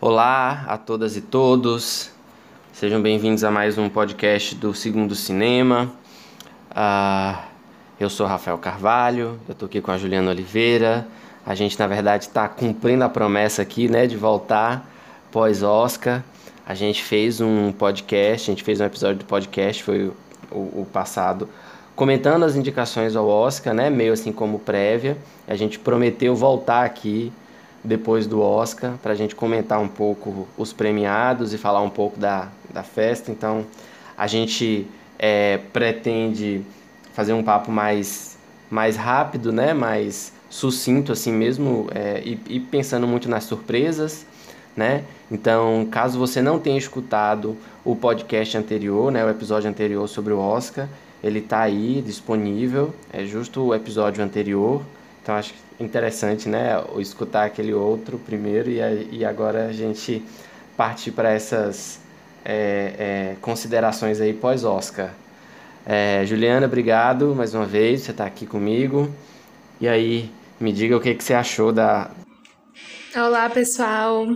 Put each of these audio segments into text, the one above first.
Olá a todas e todos, sejam bem-vindos a mais um podcast do Segundo Cinema. Eu sou Rafael Carvalho, eu tô aqui com a Juliana Oliveira. A gente, na verdade, está cumprindo a promessa aqui, né, de voltar pós-Oscar. A gente fez um podcast, a gente fez um episódio do podcast, foi o passado, comentando as indicações ao Oscar, né, meio assim como prévia. A gente prometeu voltar aqui depois do Oscar, para a gente comentar um pouco os premiados e falar um pouco da festa. Então, a gente pretende fazer um papo mais rápido, né? Mais sucinto, assim mesmo, e pensando muito nas surpresas, né? Então, caso você não tenha escutado o podcast anterior, né? O episódio anterior sobre o Oscar, ele está aí disponível, é justo o episódio anterior. Então, acho interessante, né, escutar aquele outro primeiro e agora a gente partir para essas considerações aí pós-Oscar. Juliana, obrigado mais uma vez, você está aqui comigo. E aí, me diga o que você achou da... Olá, pessoal.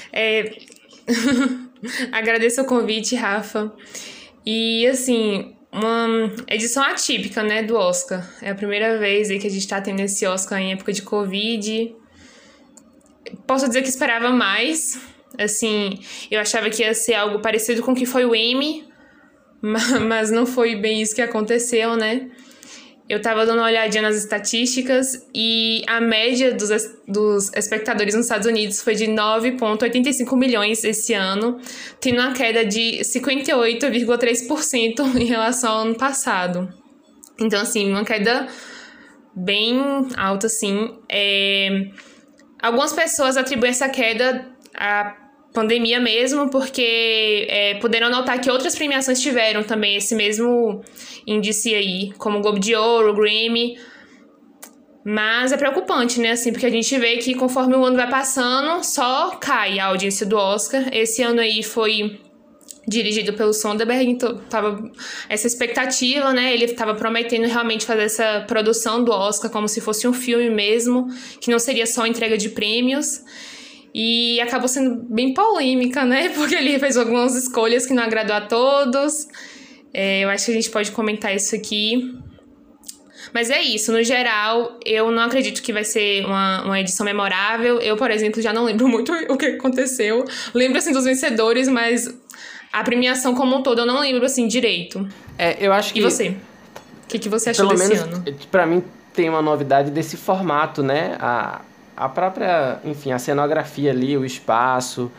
Agradeço o convite, Rafa. E, assim, uma edição atípica, né, do Oscar. É a primeira vez aí que a gente tá tendo esse Oscar em época de Covid. Posso dizer que esperava mais. Assim, eu achava que ia ser algo parecido com o que foi o Emmy, mas não foi bem isso que aconteceu, né? Eu tava dando uma olhadinha nas estatísticas e a média dos espectadores nos Estados Unidos foi de 9,85 milhões esse ano, tendo uma queda de 58,3% em relação ao ano passado. Então, assim, uma queda bem alta, assim. Algumas pessoas atribuem essa queda à pandemia mesmo, porque puderam notar que outras premiações tiveram também esse mesmo índice aí, como o Globo de Ouro, o Grammy. Mas é preocupante, né, assim, porque a gente vê que conforme o ano vai passando, só cai a audiência do Oscar. Esse ano aí foi dirigido pelo Soderbergh, então tava essa expectativa, né, ele tava prometendo realmente fazer essa produção do Oscar como se fosse um filme mesmo, que não seria só entrega de prêmios. E acabou sendo bem polêmica, né? Porque ele fez algumas escolhas que não agradou a todos. Eu acho que a gente pode comentar isso aqui. Mas é isso, no geral, eu não acredito que vai ser uma edição memorável. Eu, por exemplo, já não lembro muito o que aconteceu. Lembro, assim, dos vencedores, mas a premiação como um todo eu não lembro, assim, direito. Eu acho que... E você? O que você achou desse ano? Pra mim, tem uma novidade desse formato, né? A própria, enfim, a cenografia ali, o espaço,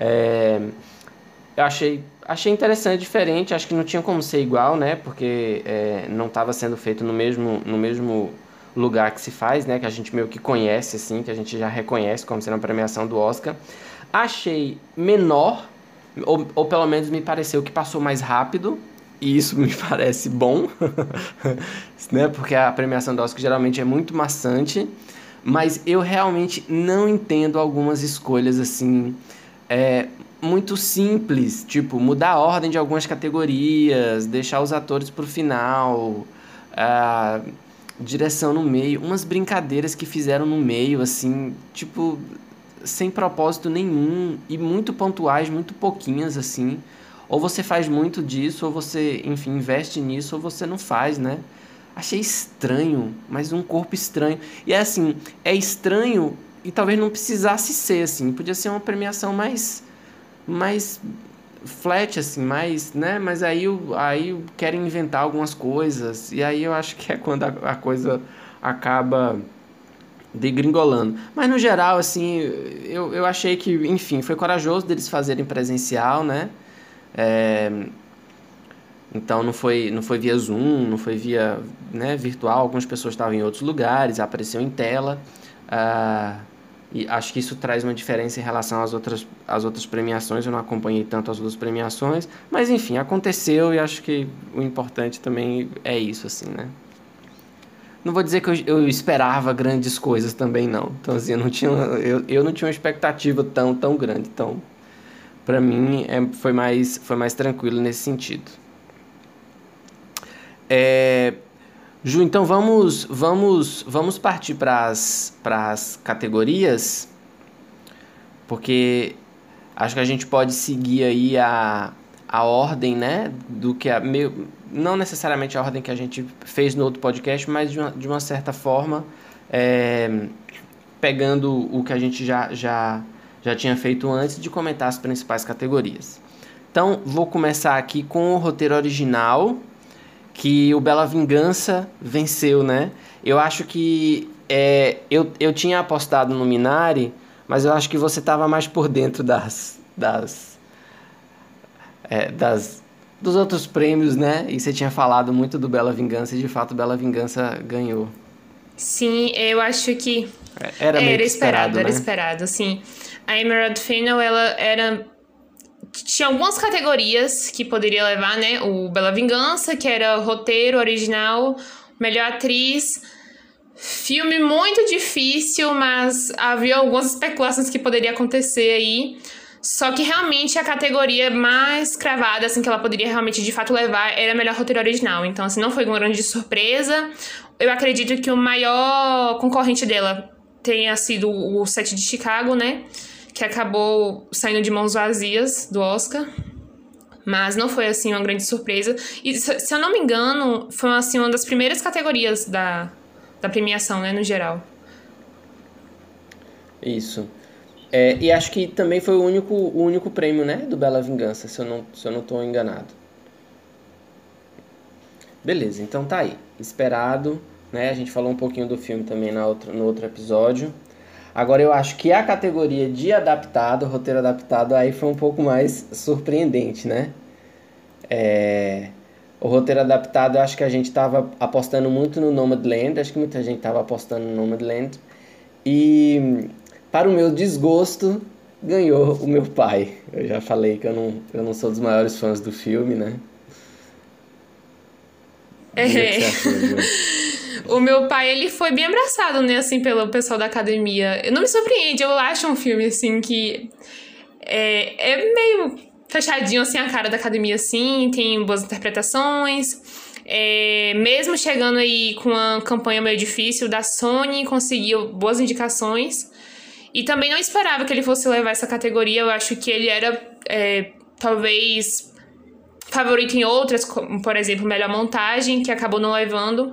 eu achei interessante, diferente, acho que não tinha como ser igual, né, porque não estava sendo feito no mesmo lugar que se faz, né, que a gente meio que conhece, assim, que a gente já reconhece como sendo a premiação do Oscar. Achei menor, ou pelo menos me pareceu que passou mais rápido, e isso me parece bom, né, porque a premiação do Oscar geralmente é muito maçante. Mas eu realmente não entendo algumas escolhas, assim, muito simples. Tipo, mudar a ordem de algumas categorias, deixar os atores pro final, direção no meio. Umas brincadeiras que fizeram no meio, assim, tipo, sem propósito nenhum. E muito pontuais, muito pouquinhas, assim. Ou você faz muito disso, ou você, enfim, investe nisso, ou você não faz, né? Achei estranho, mas um corpo estranho. E é assim, é estranho e talvez não precisasse ser assim. Podia ser uma premiação mais flat, assim, mais, né? Mas aí querem inventar algumas coisas. E aí eu acho que é quando a coisa acaba degringolando. Mas no geral, assim, eu achei que, enfim, foi corajoso deles fazerem presencial, né? Então não foi via Zoom, não foi via, né, virtual. Algumas pessoas estavam em outros lugares, apareceu em tela. E acho que isso traz uma diferença em relação às outras premiações. Eu não acompanhei tanto as outras premiações, mas enfim, aconteceu e acho que o importante também é isso, assim, né? Não vou dizer que eu esperava grandes coisas também, não. Então, assim, eu não tinha uma expectativa tão grande. Então, para mim, foi mais tranquilo nesse sentido. Ju, então vamos partir para as categorias, porque acho que a gente pode seguir aí a ordem, né, do que não necessariamente a ordem que a gente fez no outro podcast, mas de uma certa forma, pegando o que a gente já tinha feito antes de comentar as principais categorias. Então, vou começar aqui com o roteiro original, que o Bela Vingança venceu, né? Eu acho que eu tinha apostado no Minari, mas eu acho que você estava mais por dentro dos outros prêmios, né? E você tinha falado muito do Bela Vingança e de fato Bela Vingança ganhou. Sim, eu acho que era meio que esperado, né? Era esperado, assim. A Emerald Fennell, tinha algumas categorias que poderia levar, né? O Bela Vingança, que era roteiro original, melhor atriz. Filme muito difícil, mas havia algumas especulações que poderia acontecer aí. Só que realmente a categoria mais cravada, assim, que ela poderia realmente de fato levar era melhor roteiro original. Então, assim, não foi uma grande surpresa. Eu acredito que o maior concorrente dela tenha sido o Sete de Chicago, né? Que acabou saindo de mãos vazias do Oscar. Mas não foi, assim, uma grande surpresa. E, se eu não me engano, foi, assim, uma das primeiras categorias da premiação, né, no geral. Isso. E acho que também foi o único prêmio, né, do Bela Vingança, se eu não estou enganado. Beleza, então tá aí. Esperado, né? A gente falou um pouquinho do filme também no outro episódio. Agora eu acho que a categoria de adaptado, roteiro adaptado, aí foi um pouco mais surpreendente, né? O roteiro adaptado, eu acho que a gente estava apostando muito no Nomadland, acho que muita gente estava apostando no Nomadland. E, para o meu desgosto, ganhou o meu pai. Eu já falei que eu não sou dos maiores fãs do filme, né? O meu pai, ele foi bem abraçado, né, assim, pelo pessoal da academia. Não me surpreende, eu acho um filme, assim, que é meio fechadinho, assim, a cara da academia, assim, tem boas interpretações. Mesmo chegando aí com uma campanha meio difícil da Sony, conseguiu boas indicações. E também não esperava que ele fosse levar essa categoria. Eu acho que ele era, talvez, favorito em outras, como, por exemplo, melhor montagem, que acabou não levando.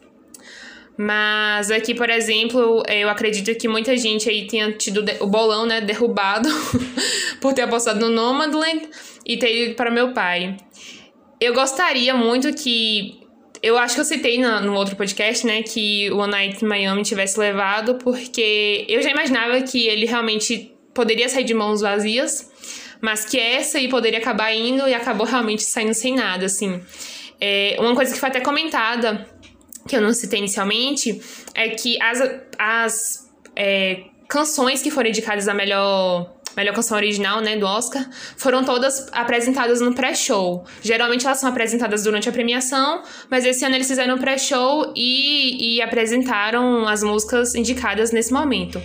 Mas aqui, por exemplo, eu acredito que muita gente aí tenha tido o bolão, né, derrubado por ter apostado no Nomadland e ter ido para meu pai. Eu gostaria muito que... Eu acho que eu citei no outro podcast, né, que o One Night in Miami tivesse levado, porque eu já imaginava que ele realmente poderia sair de mãos vazias, mas que essa aí poderia acabar indo e acabou realmente saindo sem nada, assim. Uma coisa que foi até comentada, que eu não citei inicialmente, é que as canções que foram indicadas a melhor canção original, né, do Oscar, foram todas apresentadas no pré-show. Geralmente elas são apresentadas durante a premiação, mas esse ano eles fizeram o pré-show e apresentaram as músicas indicadas nesse momento.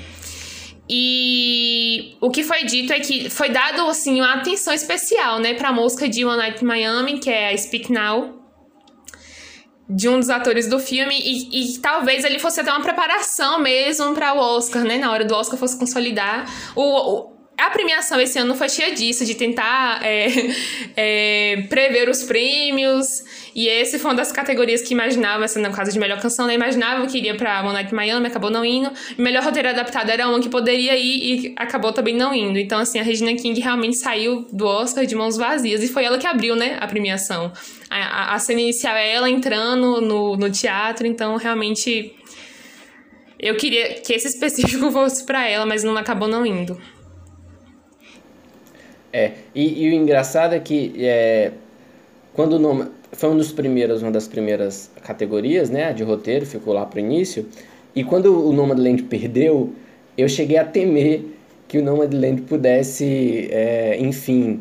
E o que foi dito é que foi dado, assim, uma atenção especial, né, pra música de One Night in Miami, que é a Speak Now, de um dos atores do filme, e talvez ele fosse até uma preparação mesmo para o Oscar, né? Na hora do Oscar fosse consolidar. A premiação esse ano foi cheia disso, de tentar prever os prêmios, e esse foi uma das categorias que imaginava, assim, no caso de melhor canção, né? Imaginava que iria pra One Night in Miami, acabou não indo. E melhor roteiro adaptado era uma que poderia ir e acabou também não indo. Então, assim, a Regina King realmente saiu do Oscar de mãos vazias, e foi ela que abriu, né, a premiação. A cena inicial é ela entrando no teatro, então realmente eu queria que esse específico fosse pra ela, mas não acabou não indo. E o engraçado é que quando o nome foi uma das primeiras categorias, né, de roteiro, ficou lá pro início, e quando o Nomadland perdeu, eu cheguei a temer que o Nomadland pudesse, enfim,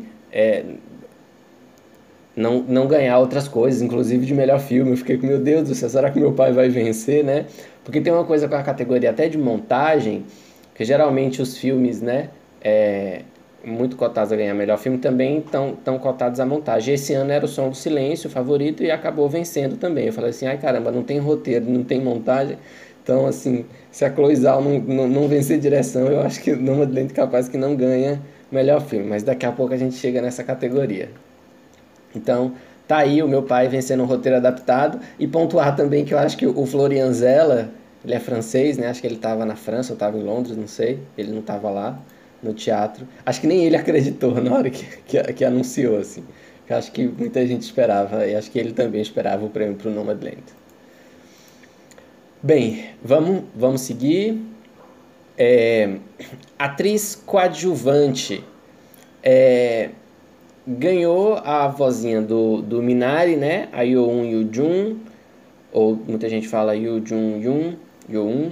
não ganhar outras coisas, inclusive de melhor filme. Eu fiquei com, meu Deus do céu, será que meu pai vai vencer, né? Porque tem uma coisa com a categoria até de montagem, que geralmente os filmes, né, muito cotados a ganhar melhor filme, também estão cotados a montagem. Esse ano era o Som do Silêncio, o favorito, e acabou vencendo também. Eu falei assim, ai caramba, não tem roteiro, não tem montagem. Então, assim, se a Chloe Zhao não vencer direção, eu acho que o Nomadland é capaz que não ganha melhor filme, mas daqui a pouco a gente chega nessa categoria. Então, tá aí o Meu Pai vencendo um roteiro adaptado. E pontuar também que eu acho que o Florian Zeller, ele é francês, né? Acho que ele estava na França ou estava em Londres, não sei. Ele não estava lá no teatro. Acho que nem ele acreditou na hora que anunciou, assim. Eu acho que muita gente esperava, e acho que ele também esperava o prêmio para o Nomadland. Bem, vamos seguir. Atriz coadjuvante. Ganhou a vozinha do Minari, né? A Yoon Yoo-jung, ou muita gente fala Yoo Jung-yoon, Yoon.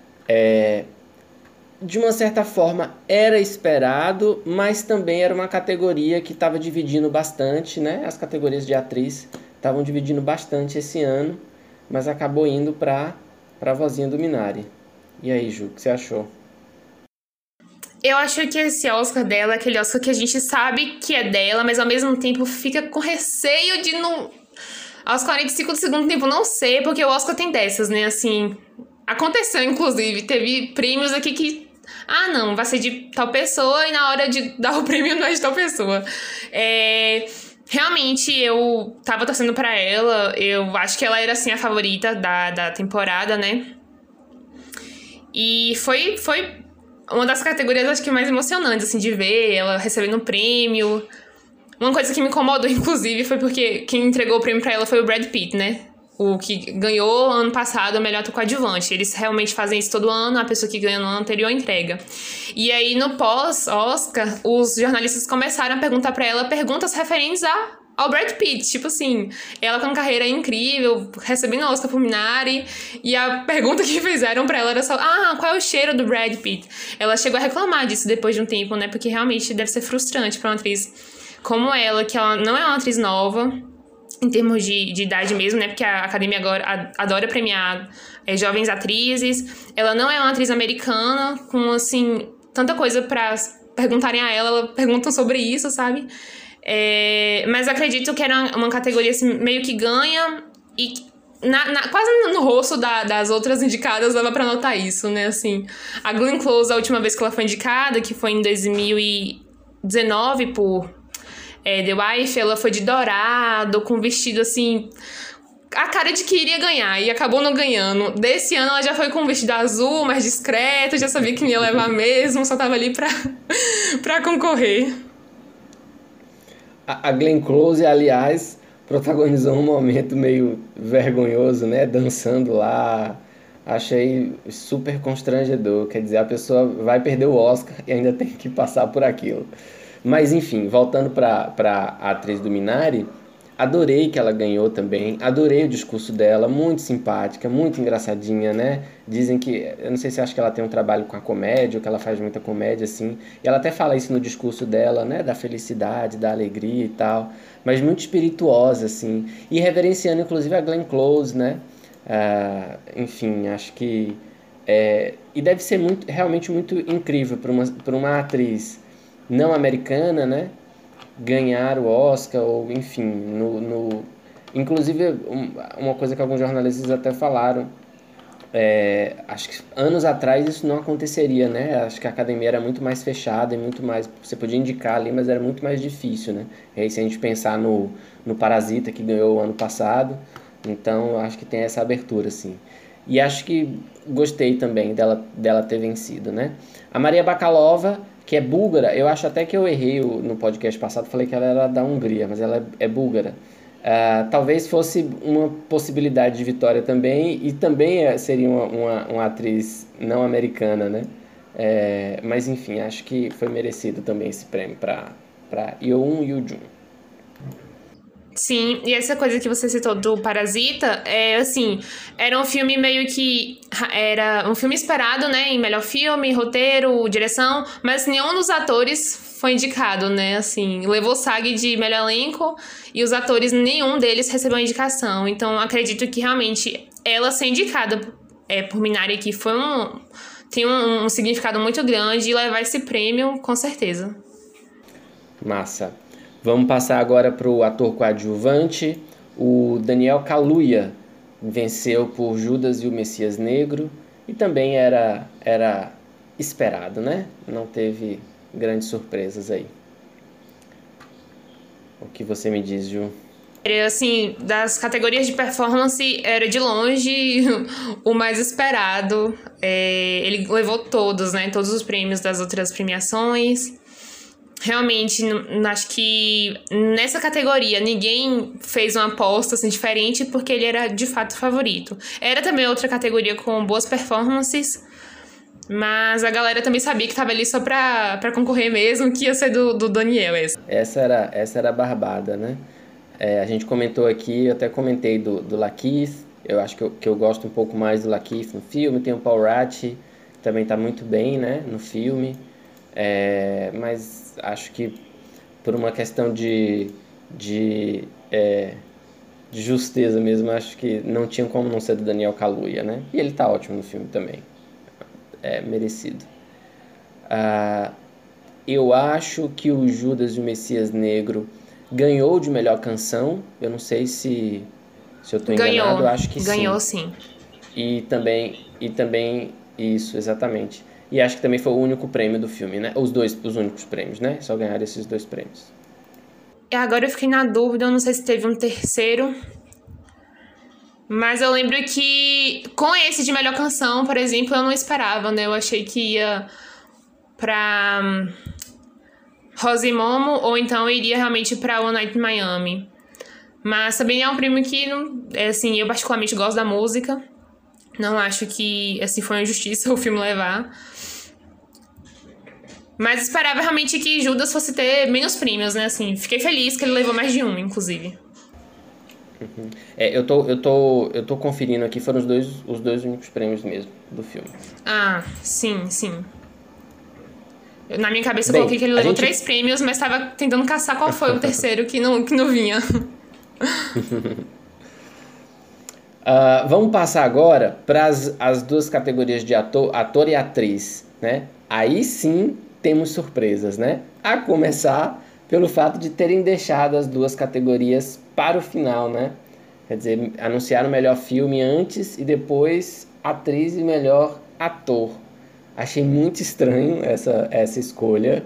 De uma certa forma era esperado, mas também era uma categoria que estava dividindo bastante, né? As categorias de atriz estavam dividindo bastante esse ano, mas acabou indo para a vozinha do Minari. E aí, Ju, o que você achou? Eu acho que esse Oscar dela é aquele Oscar que a gente sabe que é dela, mas ao mesmo tempo fica com receio de não... Aos 45 do segundo tempo não ser, porque o Oscar tem dessas, né? Assim, aconteceu, inclusive, teve prêmios aqui que... Ah, não, vai ser de tal pessoa e na hora de dar o prêmio não é de tal pessoa. Realmente, eu tava torcendo pra ela. Eu acho que ela era, assim, a favorita da temporada, né? E foi uma das categorias, acho que mais emocionantes, assim, de ver ela recebendo um prêmio. Uma coisa que me incomodou, inclusive, foi porque quem entregou o prêmio pra ela foi o Brad Pitt, né? O que ganhou ano passado o melhor ator coadjuvante. Eles realmente fazem isso todo ano, a pessoa que ganha no ano anterior entrega. E aí, no pós-Oscar, os jornalistas começaram a perguntar pra ela perguntas referentes ao Brad Pitt. Tipo assim, ela com uma carreira incrível, recebendo Oscar por Minari, e a pergunta que fizeram pra ela era só: qual é o cheiro do Brad Pitt? Ela chegou a reclamar disso depois de um tempo, né? Porque realmente deve ser frustrante pra uma atriz como ela, que ela não é uma atriz nova, em termos de idade mesmo, né? Porque a academia agora adora premiar jovens atrizes. Ela não é uma atriz americana, com, assim, tanta coisa pra perguntarem a ela perguntam sobre isso, sabe? Mas acredito que era uma categoria, assim, meio que ganha e quase no rosto das outras indicadas dava pra notar isso, né? Assim, a Glenn Close, a última vez que ela foi indicada, que foi em 2019 por... The Wife, ela foi de dourado, com vestido assim, a cara de que iria ganhar, e acabou não ganhando. Desse ano ela já foi com um vestido azul, mais discreto, já sabia que não ia levar mesmo, só tava ali pra concorrer. A Glenn Close, aliás, protagonizou um momento meio vergonhoso, né? Dançando lá. Achei super constrangedor. Quer dizer, a pessoa vai perder o Oscar e ainda tem que passar por aquilo. Mas enfim, voltando para a atriz do Minari, adorei que ela ganhou também, adorei o discurso dela, muito simpática, muito engraçadinha, né? Dizem que, eu não sei se acha que ela tem um trabalho com a comédia, ou que ela faz muita comédia, assim, e ela até fala isso no discurso dela, né? Da felicidade, da alegria e tal, mas muito espirituosa, assim, e reverenciando inclusive a Glenn Close, né? Enfim, acho que... e deve ser realmente muito incrível para uma atriz não americana, né, ganhar o Oscar, ou enfim, inclusive uma coisa que alguns jornalistas até falaram, acho que anos atrás isso não aconteceria, né, acho que a academia era muito mais fechada e muito mais, você podia indicar ali, mas era muito mais difícil, né, e aí se a gente pensar no Parasita, que ganhou o ano passado, então acho que tem essa abertura, assim. E acho que gostei também dela ter vencido, né. A Maria Bakalova, que é búlgara, eu acho até que eu errei no podcast passado, falei que ela era da Hungria, mas ela é búlgara. Talvez fosse uma possibilidade de vitória também, e também seria uma atriz não americana, né? Mas enfim, acho que foi merecido também esse prêmio para Yoon Yoo-jung. Sim, e essa coisa que você citou do Parasita, assim, era um filme meio que... Era um filme esperado, né, em melhor filme, roteiro, direção, mas nenhum dos atores foi indicado, né, assim, levou SAG de melhor elenco e os atores, nenhum deles recebeu indicação. Então, acredito que realmente ela ser indicada por Minari aqui tem um significado muito grande, e levar esse prêmio, com certeza. Massa. Vamos passar agora para o ator coadjuvante. O Daniel Kaluuya venceu por Judas e o Messias Negro, e também era esperado, né? Não teve grandes surpresas aí. O que você me diz, Ju? Assim, das categorias de performance, era de longe o mais esperado. Ele levou todos, né? Todos os prêmios das outras premiações. Realmente, acho que nessa categoria ninguém fez uma aposta assim, diferente, porque ele era de fato o favorito. Era também outra categoria com boas performances, mas a galera também sabia que tava ali só pra concorrer mesmo, que ia ser do Daniel. Essa era a barbada, né? A gente comentou aqui, eu até comentei do Lakeith. Eu acho que eu gosto um pouco mais do Lakeith no filme. Tem o Paul Rudd, que também tá muito bem, né, no filme. Mas acho que por uma questão de justeza mesmo, acho que não tinha como não ser do Daniel Kaluuya, né? E ele tá ótimo no filme também. É merecido. Eu acho que o Judas e o Messias Negro ganhou de melhor canção. Eu não sei se eu tô enganado. Eu acho que ganhou sim. E também isso, exatamente. E acho que também foi o único prêmio do filme, né? Os únicos prêmios, né? Só ganharam esses 2 prêmios. Agora eu fiquei na dúvida, eu não sei se teve um terceiro. Mas eu lembro que com esse de melhor canção, por exemplo, eu não esperava, né? Eu achei que ia pra Rose Momo, ou então iria realmente pra One Night in Miami. Mas também é um prêmio que, assim, eu particularmente gosto da música. Não acho que, assim, foi uma injustiça o filme levar. Mas esperava realmente que Judas fosse ter menos prêmios, né? Assim, fiquei feliz que ele levou mais de um, inclusive. Uhum. Eu tô conferindo aqui, foram os dois únicos prêmios mesmo do filme. Sim. Na minha cabeça eu coloquei que ele levou 3 prêmios, mas tava tentando caçar qual foi o terceiro que não vinha. Vamos passar agora para as 2 categorias de ator e atriz, né? Aí sim temos surpresas, né? A começar pelo fato de terem deixado as 2 categorias para o final, né? Quer dizer, anunciaram o melhor filme antes e depois atriz e melhor ator. Achei muito estranho essa escolha,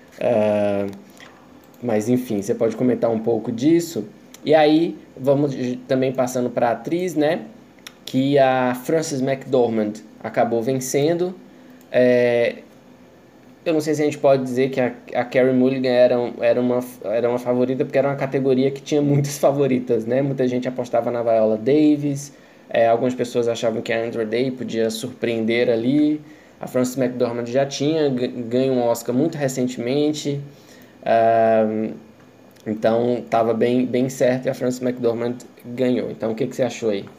mas enfim, você pode comentar um pouco disso. E aí, vamos também passando para a atriz, né? Que a Frances McDormand acabou vencendo. Eu não sei se a gente pode dizer que a Carey Mulligan era uma favorita, porque era uma categoria que tinha muitas favoritas, né? Muita gente apostava na Viola Davis, algumas pessoas achavam que a Andra Day podia surpreender ali. A Frances McDormand já tinha ganho um Oscar muito recentemente, então estava bem certo e a Frances McDormand ganhou. Então o que você achou aí?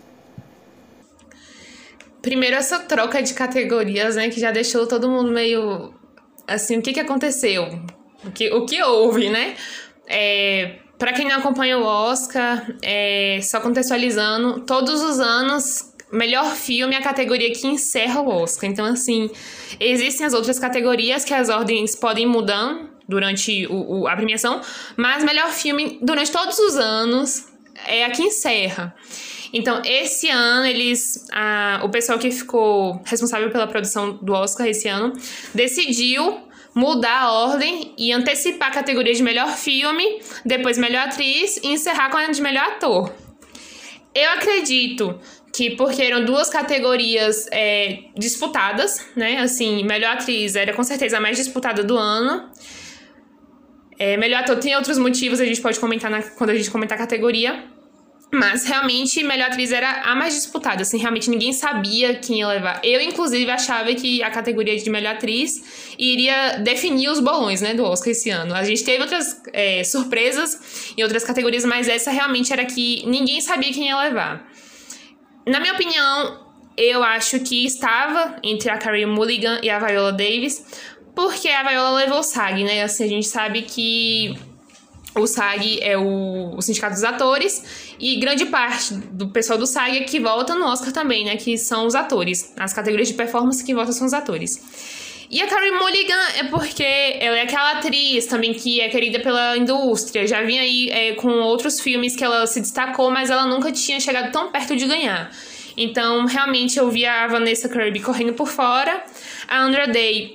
Primeiro essa troca de categorias, né, que já deixou todo mundo meio assim, o que aconteceu? O que houve, né? Pra quem não acompanha o Oscar, só contextualizando, todos os anos, melhor filme é a categoria que encerra o Oscar. Então, assim, existem as outras categorias que as ordens podem mudar durante a premiação, mas melhor filme, durante todos os anos, é a que encerra. Então, esse ano, o pessoal que ficou responsável pela produção do Oscar esse ano decidiu mudar a ordem e antecipar a categoria de melhor filme, depois melhor atriz e encerrar com a de melhor ator. Eu acredito que porque eram 2 categorias disputadas, né? Assim, melhor atriz era com certeza a mais disputada do ano. Melhor ator tem outros motivos, a gente pode comentar quando a gente comentar a categoria. Mas, realmente, melhor atriz era a mais disputada. Assim, realmente ninguém sabia quem ia levar. Eu, inclusive, achava que a categoria de melhor atriz iria definir os bolões, né, do Oscar esse ano. A gente teve outras surpresas em outras categorias, mas essa realmente era que ninguém sabia quem ia levar. Na minha opinião, eu acho que estava entre a Carey Mulligan e a Viola Davis, porque a Viola levou o SAG, né? Assim, a gente sabe que o SAG é o Sindicato dos Atores, e grande parte do pessoal do SAG é que vota no Oscar também, né? Que são os atores. As categorias de performance que votam são os atores. E a Carey Mulligan é porque ela é aquela atriz também que é querida pela indústria. Já vinha aí com outros filmes que ela se destacou, mas ela nunca tinha chegado tão perto de ganhar. Então, realmente, eu via a Vanessa Kirby correndo por fora. A Andra Day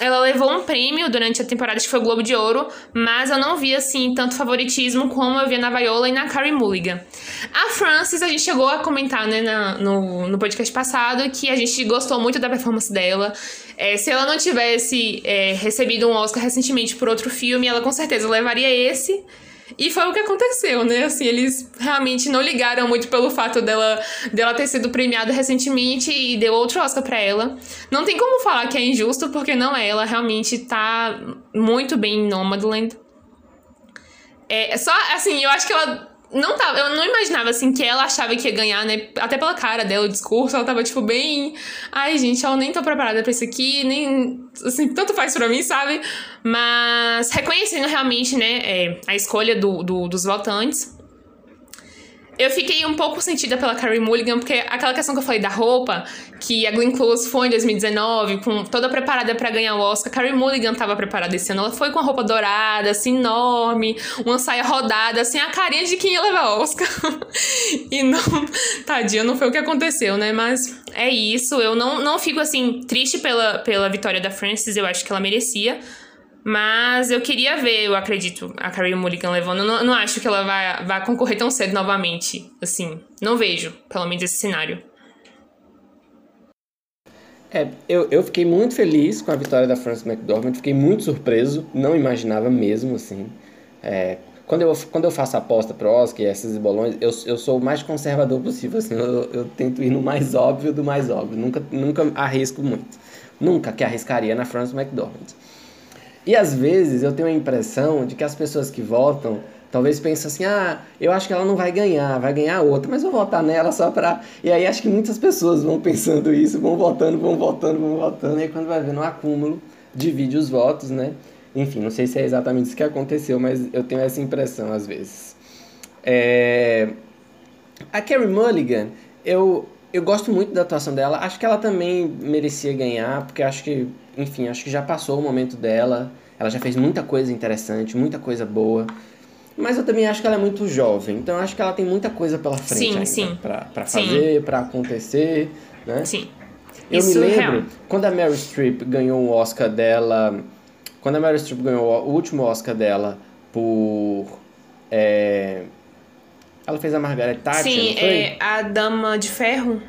ela levou um prêmio durante a temporada, acho que foi o Globo de Ouro, mas eu não vi, assim, tanto favoritismo como eu via na Viola e na Carey Mulligan. A Frances, a gente chegou a comentar, né, no podcast passado, que a gente gostou muito da performance dela. Se ela não tivesse recebido um Oscar recentemente por outro filme, ela com certeza levaria esse. E foi o que aconteceu, né? Assim, eles realmente não ligaram muito pelo fato dela ter sido premiada recentemente e deu outro Oscar pra ela. Não tem como falar que é injusto, porque não é. Ela realmente tá muito bem em Nomadland. Só, assim, eu acho que ela não tava... Eu não imaginava, assim, que ela achava que ia ganhar, né? Até pela cara dela, o discurso, ela tava, tipo, bem... Ai, gente, eu nem tô preparada pra isso aqui, nem... Assim, tanto faz pra mim, sabe? Mas reconhecendo realmente, né, a escolha dos votantes. Eu fiquei um pouco sentida pela Carey Mulligan, porque aquela questão que eu falei da roupa, que a Glenn Close foi em 2019, com toda preparada pra ganhar o Oscar, a Carey Mulligan tava preparada esse ano. Ela foi com a roupa dourada, assim, enorme, uma saia rodada, assim, a carinha de quem ia levar o Oscar. E não, tadinha, não foi o que aconteceu, né? Mas é isso, eu não fico, assim, triste pela vitória da Frances, eu acho que ela merecia. Mas eu queria ver, eu acredito, a Carey Mulligan levando. Eu não acho que ela vai concorrer tão cedo novamente. Assim, não vejo, pelo menos, esse cenário. Eu fiquei muito feliz com a vitória da Frances McDormand. Fiquei muito surpreso, não imaginava mesmo, assim. Quando eu faço aposta pro Oscar e esses bolões, eu sou o mais conservador possível, assim. Eu tento ir no mais óbvio do mais óbvio. Nunca arrisco muito. Nunca que arriscaria na Frances McDormand. E às vezes eu tenho a impressão de que as pessoas que votam talvez pensem assim, eu acho que ela não vai ganhar outra, mas vou votar nela só pra... E aí acho que muitas pessoas vão pensando isso, vão votando, e aí quando vai ver no acúmulo, divide os votos, né? Enfim, não sei se é exatamente isso que aconteceu, mas eu tenho essa impressão às vezes. A Carey Mulligan, eu gosto muito da atuação dela, acho que ela também merecia ganhar, porque acho que já passou o momento dela, ela já fez muita coisa interessante, muita coisa boa, mas eu também acho que ela é muito jovem, então eu acho que ela tem muita coisa pela frente ainda, pra fazer, pra acontecer, né? Sim. Eu me lembro, quando a Meryl Streep ganhou o Oscar dela, o último Oscar dela por... ela fez a Margaret Thatcher, sim, não foi? A Dama de Ferro.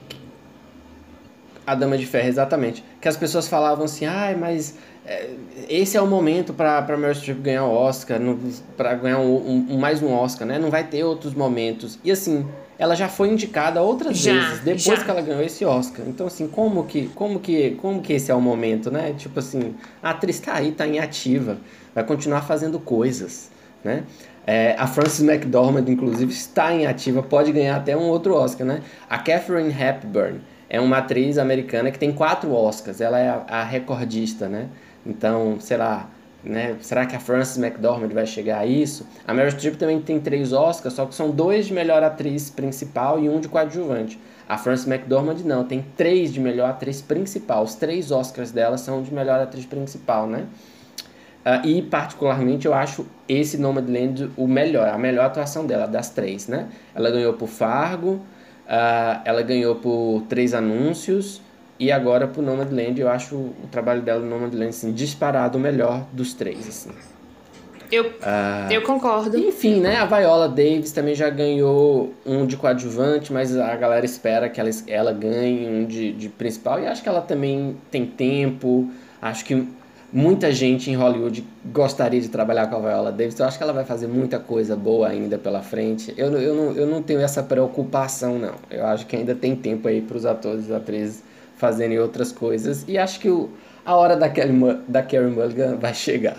A Dama de Ferro, exatamente. Que as pessoas falavam assim, mas esse é o momento pra Meryl Streep ganhar o Oscar, pra ganhar mais um Oscar, né? Não vai ter outros momentos. E assim, ela já foi indicada outras vezes, depois que ela ganhou esse Oscar. Então assim, como que esse é o momento, né? Tipo assim, a atriz tá aí, tá em ativa, vai continuar fazendo coisas, né? A Frances McDormand, inclusive, está em ativa, pode ganhar até um outro Oscar, né? A Katharine Hepburn é uma atriz americana que tem 4 Oscars, ela é a recordista, né? Então, sei lá, né? Será que a Frances McDormand vai chegar a isso? A Meryl Streep também tem 3 Oscars, só que são 2 de melhor atriz principal e 1 de coadjuvante. A Frances McDormand não, tem 3 de melhor atriz principal, os 3 Oscars dela são de melhor atriz principal, né? E particularmente eu acho esse Nomadland a melhor atuação dela, das 3, né? Ela ganhou por Fargo, ela ganhou por 3 Anúncios e agora por Nomadland. Eu acho o trabalho dela no Nomadland assim, disparado o melhor dos 3, assim. Eu concordo. Enfim, né? A Viola Davis também já ganhou um de coadjuvante, mas a galera espera que ela ganhe um de principal, e acho que ela também tem tempo. Acho que muita gente em Hollywood gostaria de trabalhar com a Viola Davis. Eu acho que ela vai fazer muita coisa boa ainda pela frente. Eu não tenho essa preocupação, não. Eu acho que ainda tem tempo aí para os atores e atrizes fazerem outras coisas. E acho que a hora da Carey Mulligan vai chegar.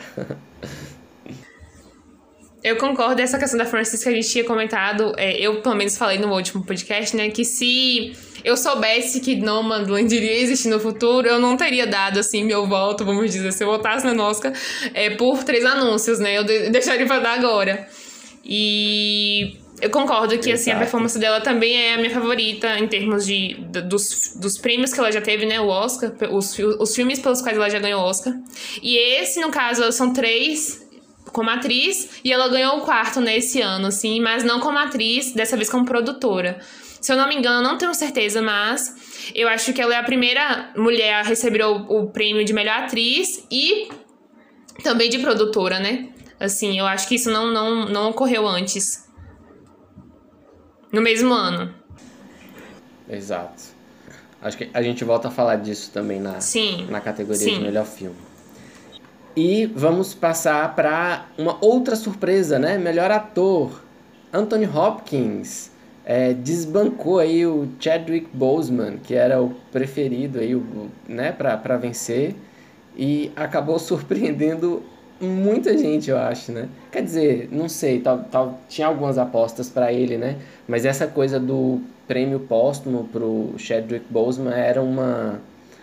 Eu concordo, essa questão da Frances que a gente tinha comentado, eu pelo menos falei no último podcast, né, que se eu soubesse que Nomadland iria existir no futuro, eu não teria dado, assim, meu voto, vamos dizer, se eu votasse na Oscar, por 3 Anúncios, né, eu deixaria pra dar agora. E eu concordo que, assim, a performance dela também é a minha favorita em termos dos prêmios que ela já teve, né, o Oscar, os filmes pelos quais ela já ganhou o Oscar. E esse, no caso, são 3... como atriz, e ela ganhou o 4º, né, esse ano, assim, mas não como atriz, dessa vez como produtora. Se eu não me engano, não tenho certeza, mas eu acho que ela é a primeira mulher a receber o prêmio de melhor atriz e também de produtora, né? Assim, eu acho que isso não ocorreu antes. No mesmo ano. Exato. Acho que a gente volta a falar disso também na categoria de melhor filme. E vamos passar para uma outra surpresa, né? Melhor ator. Anthony Hopkins desbancou aí o Chadwick Boseman, que era o preferido aí, né, para vencer, e acabou surpreendendo muita gente, eu acho, né? Quer dizer, não sei, tinha algumas apostas para ele, né? Mas essa coisa do prêmio póstumo pro Chadwick Boseman era uma...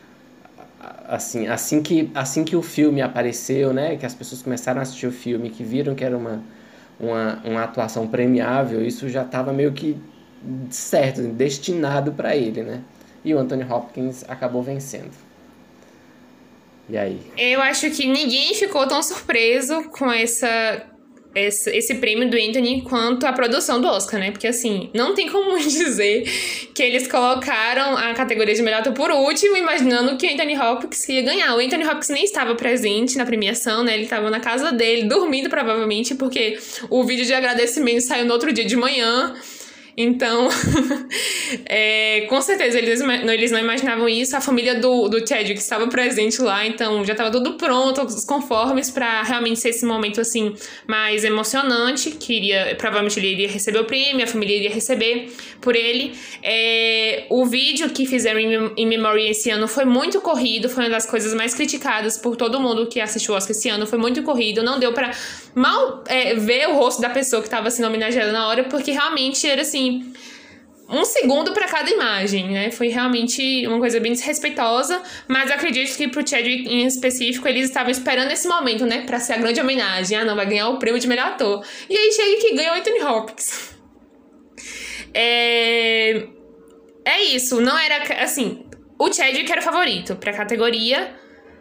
Assim que o filme apareceu, né? Que as pessoas começaram a assistir o filme, que viram que era uma atuação premiável, isso já estava meio que certo, destinado para ele, né? E o Anthony Hopkins acabou vencendo. E aí? Eu acho que ninguém ficou tão surpreso com esse prêmio do Anthony quanto a produção do Oscar, né? Porque, assim, não tem como dizer que eles colocaram a categoria de melhor ator por último, imaginando que o Anthony Hopkins ia ganhar. O Anthony Hopkins nem estava presente na premiação, né? Ele estava na casa dele, dormindo, provavelmente, porque o vídeo de agradecimento saiu no outro dia de manhã. Então, com certeza, eles não imaginavam isso. A família do Chadwick estava presente lá, então já estava tudo pronto, os conformes para realmente ser esse momento, assim, mais emocionante, provavelmente ele iria receber o prêmio, a família iria receber por ele. O vídeo que fizeram em Memory esse ano foi muito corrido, foi uma das coisas mais criticadas por todo mundo que assistiu o Oscar esse ano, foi muito corrido, não deu para mal ver o rosto da pessoa que estava sendo homenageada na hora, porque realmente era assim, 1 segundo para cada imagem, né? Foi realmente uma coisa bem desrespeitosa, mas acredito que pro Chadwick em específico, eles estavam esperando esse momento, né? Pra ser a grande homenagem. Ah, não, vai ganhar o prêmio de melhor ator. E aí chega que ganha o Anthony Hopkins. É isso, não era, assim, o Chadwick era o favorito pra categoria,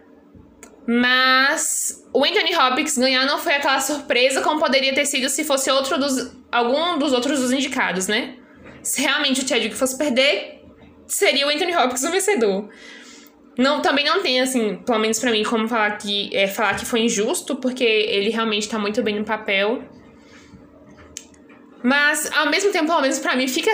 mas o Anthony Hopkins ganhar não foi aquela surpresa como poderia ter sido se fosse algum dos outros indicados, né? Se realmente o Chadwick fosse perder, seria o Anthony Hopkins o vencedor. Também não tem, assim, pelo menos pra mim, como falar que foi injusto, porque ele realmente tá muito bem no papel. Mas, ao mesmo tempo, pelo menos pra mim, fica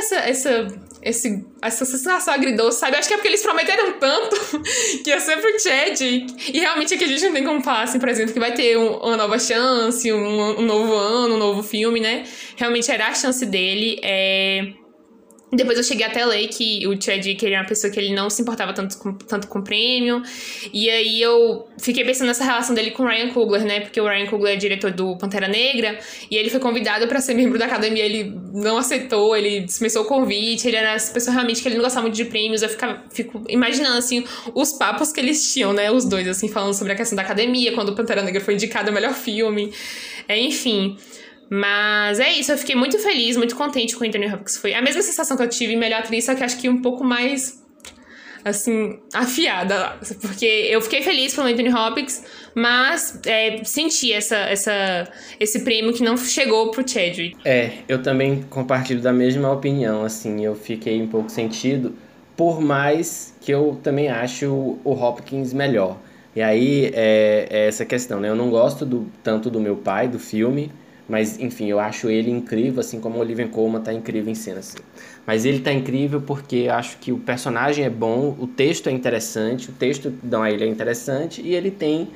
essa sensação agridoce, sabe? Acho que é porque eles prometeram tanto que ia ser pro Chadwick. E realmente aqui a gente não tem como falar, assim, por exemplo, que vai ter uma nova chance, um novo ano, um novo filme, né? Realmente era a chance dele. Depois eu cheguei até a ler que o Chadwick era uma pessoa que ele não se importava tanto com o prêmio. E aí eu fiquei pensando nessa relação dele com o Ryan Coogler, né? Porque o Ryan Coogler é diretor do Pantera Negra. E ele foi convidado pra ser membro da academia. Ele não aceitou, ele dispensou o convite. Ele era essa pessoa realmente que ele não gostava muito de prêmios. Eu fico imaginando, assim, os papos que eles tinham, né? Os dois, assim, falando sobre a questão da academia. Quando o Pantera Negra foi indicado ao melhor filme. Enfim... Mas é isso, eu fiquei muito feliz, muito contente com o Anthony Hopkins. Foi a mesma sensação que eu tive em melhor atriz, só que acho que um pouco mais, assim, afiada. Porque eu fiquei feliz pelo Anthony Hopkins, mas senti esse prêmio que não chegou pro Chadwick. Eu também compartilho da mesma opinião, assim, eu fiquei um pouco sentido, por mais que eu também acho o Hopkins melhor. E aí, é essa questão, né? Eu não gosto tanto do Meu Pai, do filme, mas, enfim, eu acho ele incrível, assim como o Olivia Colman tá incrível em cena, assim. Mas ele tá incrível porque eu acho que o personagem é bom, o texto é interessante, o texto dão a ele é interessante e ele tem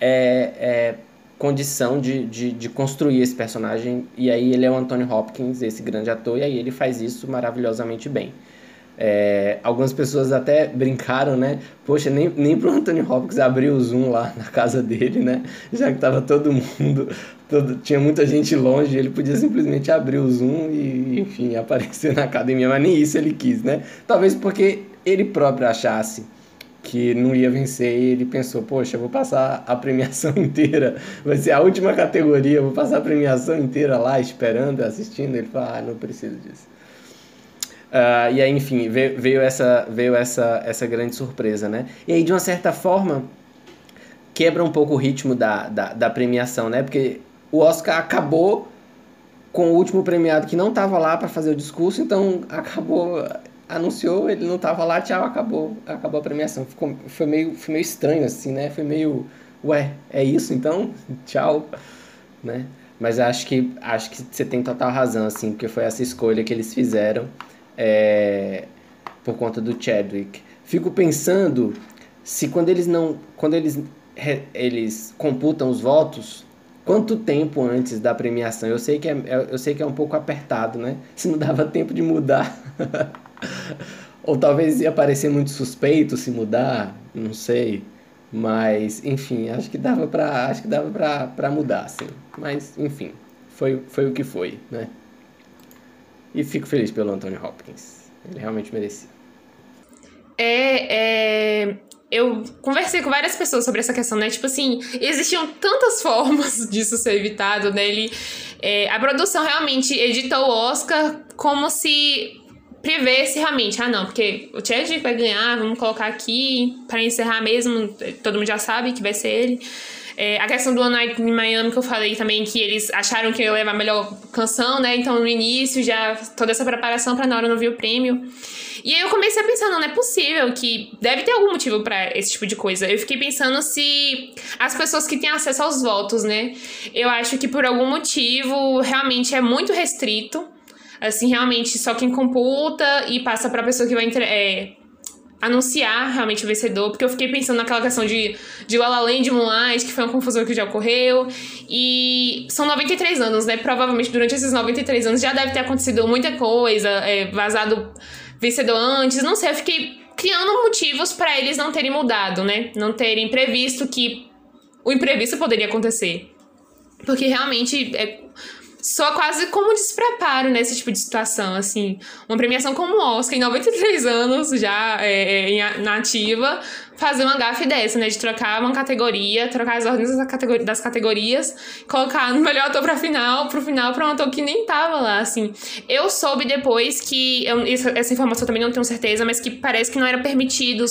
condição de construir esse personagem. E aí ele é o Anthony Hopkins, esse grande ator, e aí ele faz isso maravilhosamente bem. Algumas pessoas até brincaram, né? Poxa, nem pro Anthony Hopkins abrir o Zoom lá na casa dele, né? Já que tava todo mundo... tinha muita gente longe, ele podia simplesmente abrir o Zoom e, enfim, aparecer na academia, mas nem isso ele quis, né? Talvez porque ele próprio achasse que não ia vencer e ele pensou, poxa, eu vou passar a premiação inteira, vai ser a última categoria, eu vou passar a premiação inteira lá esperando, assistindo. Ele falou, não preciso disso. E aí, enfim, veio essa grande surpresa, né? E aí, de uma certa forma, quebra um pouco o ritmo da premiação, né? Porque o Oscar acabou com o último premiado que não estava lá para fazer o discurso, então anunciou, ele não estava lá, tchau, acabou a premiação. Foi meio estranho, assim, né? Foi meio, ué, é isso então? Tchau, né? Mas acho que você tem total razão, assim, porque foi essa escolha que eles fizeram por conta do Chadwick. Fico pensando se quando eles computam os votos, quanto tempo antes da premiação? Eu sei que é um pouco apertado, né? Se não dava tempo de mudar. Ou talvez ia parecer muito suspeito se mudar, não sei. Mas, enfim, acho que dava pra mudar, assim. Mas, enfim, foi o que foi, né? E fico feliz pelo Anthony Hopkins. Ele realmente merecia. Eu conversei com várias pessoas sobre essa questão, né? Tipo assim, existiam tantas formas disso ser evitado, né? A produção realmente editou o Oscar como se prevesse realmente, não, porque o Chadwick vai ganhar, vamos colocar aqui pra encerrar mesmo, todo mundo já sabe que vai ser ele. A questão do One Night in Miami que eu falei também, que eles acharam que ia levar a melhor canção, né? Então no início já toda essa preparação pra na hora não vir o prêmio. E aí eu comecei a pensar, não é possível, que deve ter algum motivo pra esse tipo de coisa. Eu fiquei pensando se as pessoas que têm acesso aos votos, né? Eu acho que por algum motivo realmente é muito restrito. Assim, realmente só quem computa e passa pra pessoa que vai anunciar realmente o vencedor, porque eu fiquei pensando naquela questão de La La Land e Moonlight, que foi uma confusão que já ocorreu, e são 93 anos, né? Provavelmente durante esses 93 anos já deve ter acontecido muita coisa, vazado vencedor antes, não sei, eu fiquei criando motivos pra eles não terem mudado, né? Não terem previsto que o imprevisto poderia acontecer. Porque realmente soa quase como despreparo nesse tipo de situação, assim. Uma premiação como o Oscar, em 93 anos, já na ativa, fazer uma gafe dessa, né? De trocar uma categoria, trocar as ordens das categorias, colocar no melhor ator pro final, pra um ator que nem tava lá, assim. Eu soube depois que, essa informação eu também não tenho certeza, mas que parece que não era permitido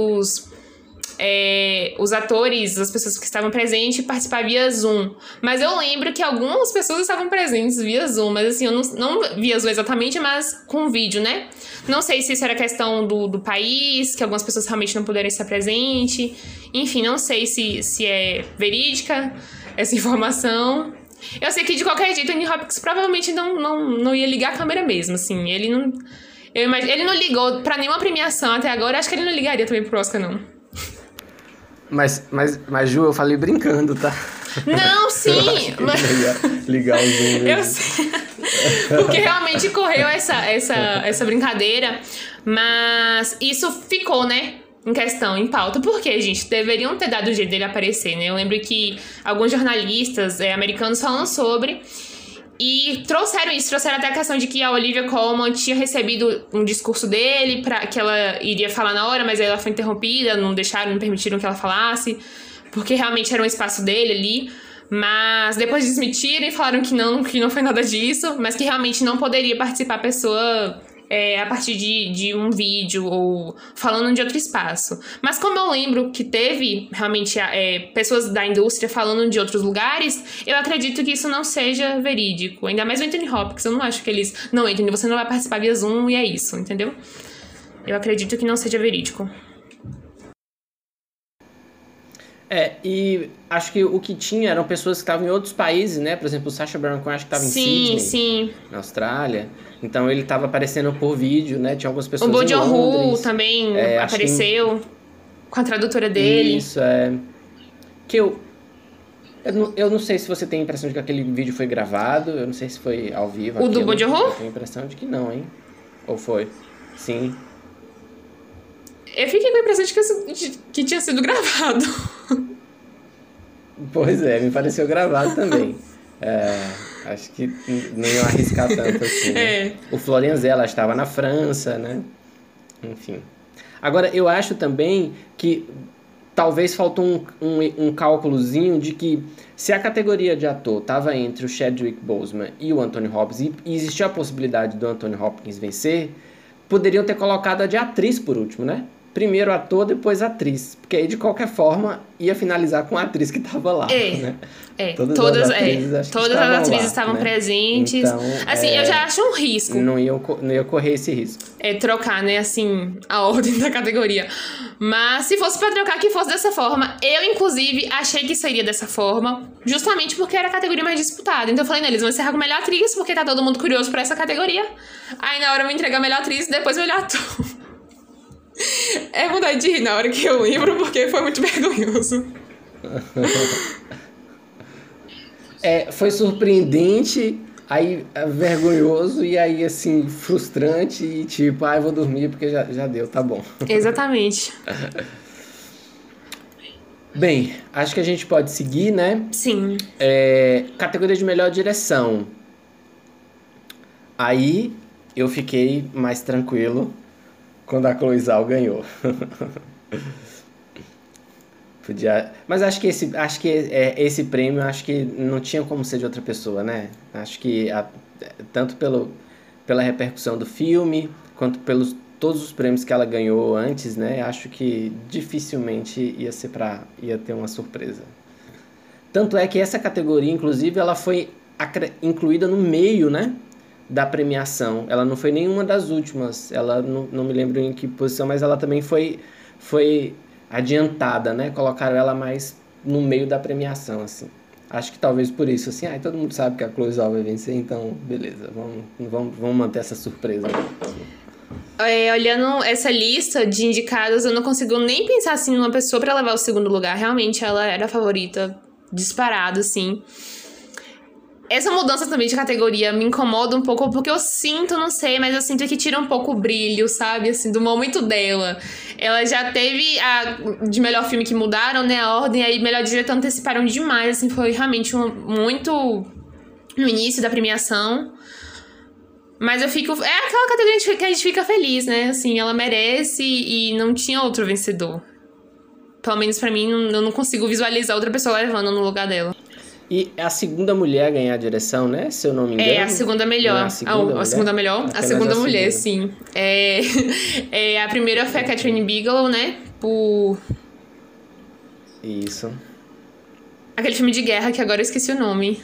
os atores, as pessoas que estavam presentes, participar via Zoom. Mas eu lembro que algumas pessoas estavam presentes via Zoom, mas assim, eu não via Zoom exatamente, mas com vídeo, né? Não sei se isso era questão do país, que algumas pessoas realmente não puderam estar presentes. Enfim, não sei se é verídica essa informação. Eu sei que de qualquer jeito o Anthony Hopkins provavelmente não ia ligar a câmera mesmo, assim. Ele não ligou pra nenhuma premiação até agora, acho que ele não ligaria também pro Oscar, não. Mas, Ju, eu falei brincando, tá? Não, sim! Ligar o Zoom. Eu sei. Porque realmente correu essa brincadeira. Mas isso ficou, né? Em questão, em pauta. Porque, gente, deveriam ter dado o jeito dele aparecer, né? Eu lembro que alguns jornalistas americanos falam sobre... E trouxeram até a questão de que a Olivia Colman tinha recebido um discurso dele, que ela iria falar na hora, mas aí ela foi interrompida, não permitiram que ela falasse, porque realmente era um espaço dele ali. Mas depois desmentiram e falaram que não foi nada disso, mas que realmente não poderia participar a pessoa a partir de um vídeo ou falando de outro espaço. Mas como eu lembro que teve realmente pessoas da indústria falando de outros lugares, eu acredito que isso não seja verídico. Ainda mais o Anthony Hopkins, eu não acho que eles... Não, Anthony, você não vai participar via Zoom e é isso, entendeu? Eu acredito que não seja verídico. E acho que o que tinha eram pessoas que estavam em outros países, né? Por exemplo, o Sacha Baron Cohen acho que estava em Sydney, na Austrália. Então ele estava aparecendo por vídeo, né? Tinha algumas pessoas em Londres. O Bo Jong-ho também apareceu com a tradutora dele. Isso, que eu não sei se você tem a impressão de que aquele vídeo foi gravado. Eu não sei se foi ao vivo. O do Bo Jong-ho? Eu tenho a impressão de que não, hein? Ou foi? Sim. Eu fiquei com a impressão de que tinha sido gravado. Pois me pareceu gravado também. Acho que não iam arriscar tanto assim, né? O Florian Zeller estava na França, né? Enfim. Agora, eu acho também que talvez faltou um cálculozinho de que se a categoria de ator estava entre o Chadwick Boseman e o Anthony Hopkins e existia a possibilidade do Anthony Hopkins vencer, poderiam ter colocado a de atriz por último, né? primeiro ator, depois atriz. Porque aí, de qualquer forma, ia finalizar com a atriz que estava lá, né? Todas as atrizes estavam né? presentes. Então, assim, eu já acho um risco. Não ia correr esse risco. Trocar, né, assim, a ordem da categoria. Mas se fosse pra trocar, que fosse dessa forma. Eu, inclusive, achei que seria dessa forma, justamente porque era a categoria mais disputada. Então eu falei, não, eles vão encerrar com melhor atriz, porque tá todo mundo curioso por essa categoria. Aí na hora eu me entregar a melhor atriz e depois o melhor ator. É vontade de rir na hora que eu lembro, porque foi muito vergonhoso. Foi surpreendente, aí vergonhoso e aí, assim, frustrante e tipo, eu vou dormir porque já deu, tá bom. Exatamente. Bem, acho que a gente pode seguir, né? Sim. Categoria de melhor direção. Aí eu fiquei mais tranquilo quando a Chloe Zhao ganhou. Mas acho que esse prêmio acho que não tinha como ser de outra pessoa, né? Acho que tanto pela repercussão do filme, quanto pelos todos os prêmios que ela ganhou antes, né? Acho que dificilmente ia ter uma surpresa. Tanto é que essa categoria, inclusive, ela foi incluída no meio, né, da premiação. Ela não foi nenhuma das últimas. Ela não me lembro em que posição, mas ela também foi adiantada, né? Colocaram ela mais no meio da premiação, assim. Acho que talvez por isso, assim, todo mundo sabe que a Chloe Zhao vai vencer, então beleza, vamos manter essa surpresa. Olhando essa lista de indicadas, eu não consigo nem pensar assim numa pessoa pra levar o segundo lugar. Realmente ela era a favorita, disparada, assim. Essa mudança também de categoria me incomoda um pouco, porque eu sinto, não sei, mas eu sinto que tira um pouco o brilho, sabe, assim, do momento dela. Ela já teve de melhor filme que mudaram, né, a ordem, aí melhor diretor anteciparam demais, assim, foi realmente muito no início da premiação. Mas eu fico... É aquela categoria que a gente fica feliz, né, assim, ela merece e não tinha outro vencedor. Pelo menos pra mim, eu não consigo visualizar outra pessoa levando no lugar dela. E é a segunda mulher a ganhar a direção, né? Se eu não me engano. É a segunda melhor. A segunda melhor? A segunda mulher, sim. A primeira foi a Catherine Bigelow, né? Por... Isso. Aquele filme de guerra que agora eu esqueci o nome.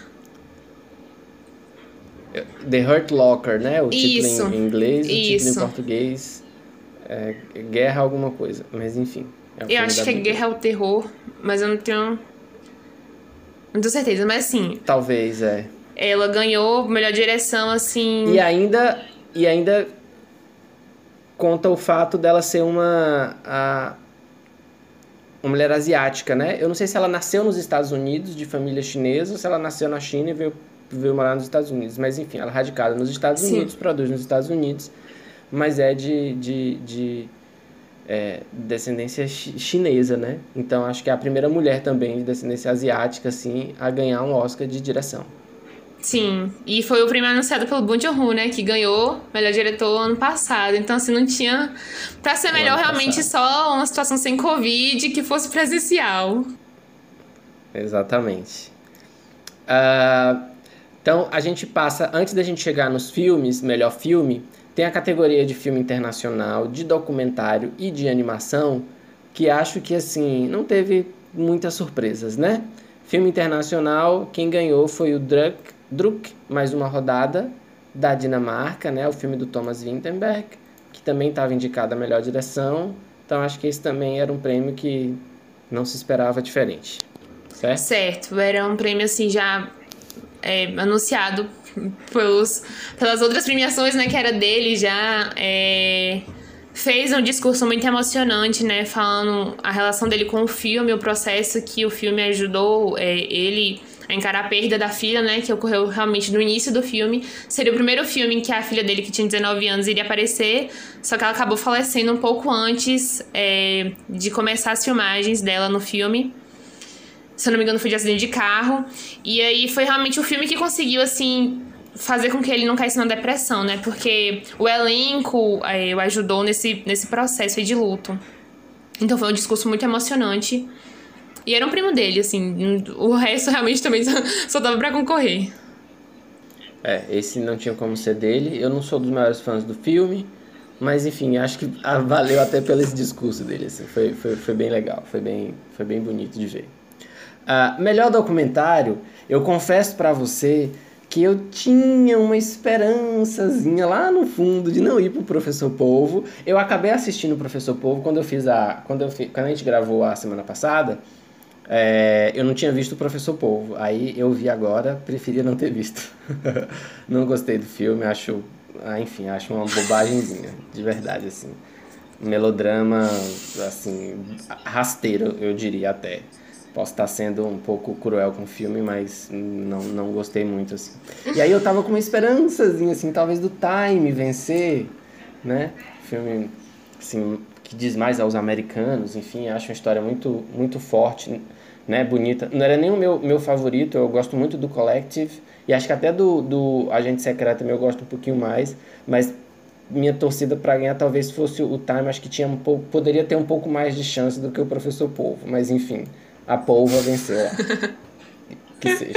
The Hurt Locker, né? O título em inglês, o título em Isso. português. Guerra alguma coisa, mas enfim. Eu acho que é Guerra ao Terror, mas eu não tenho certeza, mas assim... Talvez, Ela ganhou melhor direção, assim... E ainda conta o fato dela ser uma mulher asiática, né? Eu não sei se ela nasceu nos Estados Unidos, de família chinesa, ou se ela nasceu na China e veio morar nos Estados Unidos. Mas enfim, ela é radicada nos Estados Unidos, produz nos Estados Unidos, mas é de descendência chinesa, né? Então acho que é a primeira mulher também de descendência asiática, assim, a ganhar um Oscar de direção. Sim, e foi o prêmio anunciado pelo Bong Joon-ho, né? Que ganhou melhor diretor ano passado. Então, assim, não tinha... Pra ser melhor, realmente, só uma situação sem Covid que fosse presencial. Exatamente. Então, a gente passa... Antes da gente chegar nos filmes, melhor filme... Tem a categoria de filme internacional, de documentário e de animação, que acho que, assim, não teve muitas surpresas, né? Filme internacional, quem ganhou foi o Druk, mais uma rodada, da Dinamarca, né? O filme do Thomas Vinterberg, que também estava indicado a melhor direção. Então, acho que esse também era um prêmio que não se esperava diferente, certo? Certo, era um prêmio, assim, já anunciado pelas outras premiações, né, que era dele já, fez um discurso muito emocionante, né, falando a relação dele com o filme, o processo que o filme ajudou ele a encarar a perda da filha, né, que ocorreu realmente no início do filme. Seria o primeiro filme em que a filha dele, que tinha 19 anos, iria aparecer, só que ela acabou falecendo um pouco antes de começar as filmagens dela no filme. Se eu não me engano, foi de acidente de carro. E aí foi realmente o filme que conseguiu, assim, fazer com que ele não caísse na depressão, né? Porque o elenco o ajudou nesse processo aí de luto. Então foi um discurso muito emocionante. E era um primo dele, assim. O resto realmente também só dava pra concorrer. Esse não tinha como ser dele. Eu não sou dos maiores fãs do filme. Mas enfim, acho que valeu até pelo esse discurso dele, assim, foi bem legal, foi bem bonito de ver. Melhor documentário, eu confesso pra você que eu tinha uma esperançazinha lá no fundo de não ir pro Professor Polvo. Eu acabei assistindo o Professor Polvo quando a gente gravou a semana passada. Eu não tinha visto o Professor Polvo. Aí eu vi agora, preferia não ter visto. Não gostei do filme, acho uma bobagemzinha, de verdade, assim. Melodrama, assim, rasteiro, eu diria até. Posso estar sendo um pouco cruel com o filme, mas não gostei muito, assim. E aí eu tava com uma esperançazinha, assim, talvez do Time vencer, né? Filme, assim, que diz mais aos americanos, enfim, acho uma história muito, muito forte, né? Bonita. Não era nem o meu favorito, eu gosto muito do Collective, e acho que até do Agente Secreto também eu gosto um pouquinho mais, mas minha torcida para ganhar talvez fosse o Time, acho que poderia ter um pouco mais de chance do que o Professor Polvo, mas enfim, a polva venceu lá. Que seja.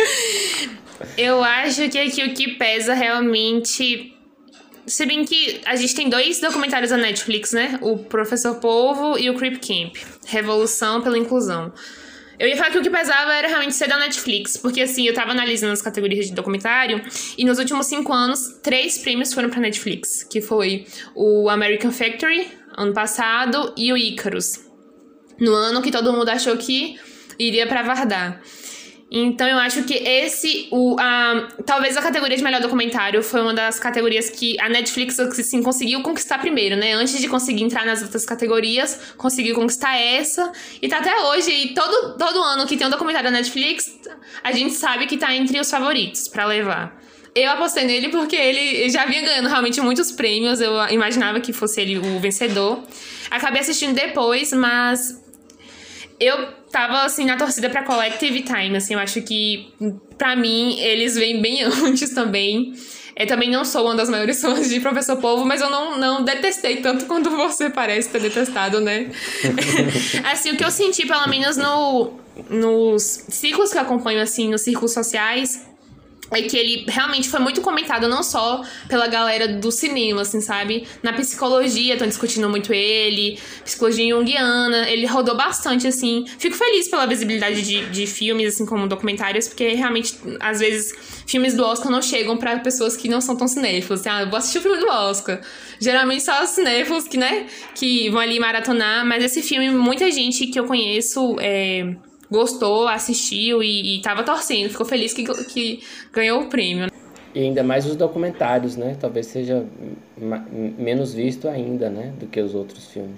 Eu acho que aqui o que pesa realmente... Se bem que a gente tem 2 documentários da Netflix, né? O Professor Polvo e o Creep Camp. Revolução pela Inclusão. Eu ia falar que o que pesava era realmente ser da Netflix, porque assim, eu tava analisando as categorias de documentário e nos últimos 5 anos, 3 prêmios foram pra Netflix, que foi o American Factory, ano passado, e o Icarus, no ano que todo mundo achou que iria pra Vardar. Então eu acho que talvez a categoria de melhor documentário foi uma das categorias que a Netflix assim, conseguiu conquistar primeiro, né? Antes de conseguir entrar nas outras categorias, conseguiu conquistar essa. E tá até hoje, e todo ano que tem um documentário da Netflix, a gente sabe que tá entre os favoritos pra levar. Eu apostei nele porque ele já vinha ganhando realmente muitos prêmios, eu imaginava que fosse ele o vencedor. Acabei assistindo depois, mas... eu tava, assim, na torcida pra Collective Time, assim, eu acho que, pra mim, eles vêm bem antes também. Eu também não sou uma das maiores fãs de Professor Polvo, mas eu não detestei tanto quanto você parece ter detestado, né? Assim, o que eu senti, pelo menos nos ciclos que eu acompanho, assim, nos círculos sociais... é que ele realmente foi muito comentado não só pela galera do cinema, assim, sabe? Na psicologia, estão discutindo muito ele, psicologia junguiana, ele rodou bastante, assim. Fico feliz pela visibilidade de filmes, assim, como documentários, porque realmente, às vezes, filmes do Oscar não chegam pra pessoas que não são tão cinéfilos. Assim, eu vou assistir o filme do Oscar. Geralmente só os cinéfilos que, né, que vão ali maratonar, mas esse filme, muita gente que eu conheço... gostou, assistiu e tava torcendo. Ficou feliz que ganhou o prêmio. E ainda mais os documentários, né? Talvez seja menos visto ainda, né? Do que os outros filmes.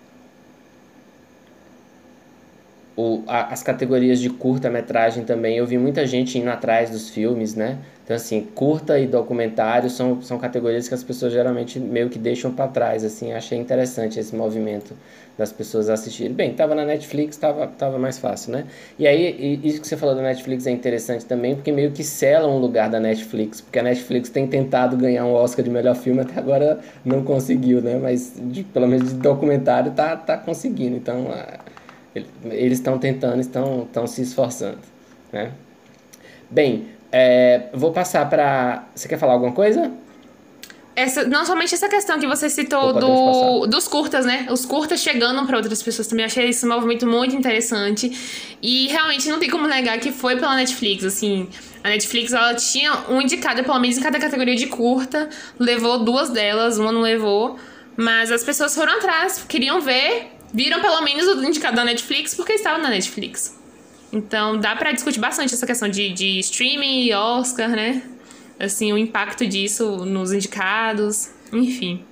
As categorias de curta-metragem também, eu vi muita gente indo atrás dos filmes, né? Então, assim, curta e documentário são categorias que as pessoas geralmente meio que deixam para trás, assim. Achei interessante esse movimento das pessoas assistirem. Bem, tava na Netflix, tava mais fácil, né? E aí, isso que você falou da Netflix é interessante também, porque meio que sela um lugar da Netflix, porque a Netflix tem tentado ganhar um Oscar de melhor filme, até agora não conseguiu, né? Mas, pelo menos de documentário, tá conseguindo. Então... eles estão tentando, estão se esforçando, né? Bem, vou passar para... Você quer falar alguma coisa? Não somente essa questão que você citou dos curtas, né? Os curtas chegando para outras pessoas também. Achei esse movimento muito interessante. E realmente não tem como negar que foi pela Netflix, assim. A Netflix, ela tinha um indicado, pelo menos em cada categoria de curta. Levou 2 delas, uma não levou. Mas as pessoas foram atrás, queriam ver... viram pelo menos o indicado da Netflix porque estava na Netflix. Então dá pra discutir bastante essa questão de streaming e Oscar, né? Assim, o impacto disso nos indicados, enfim.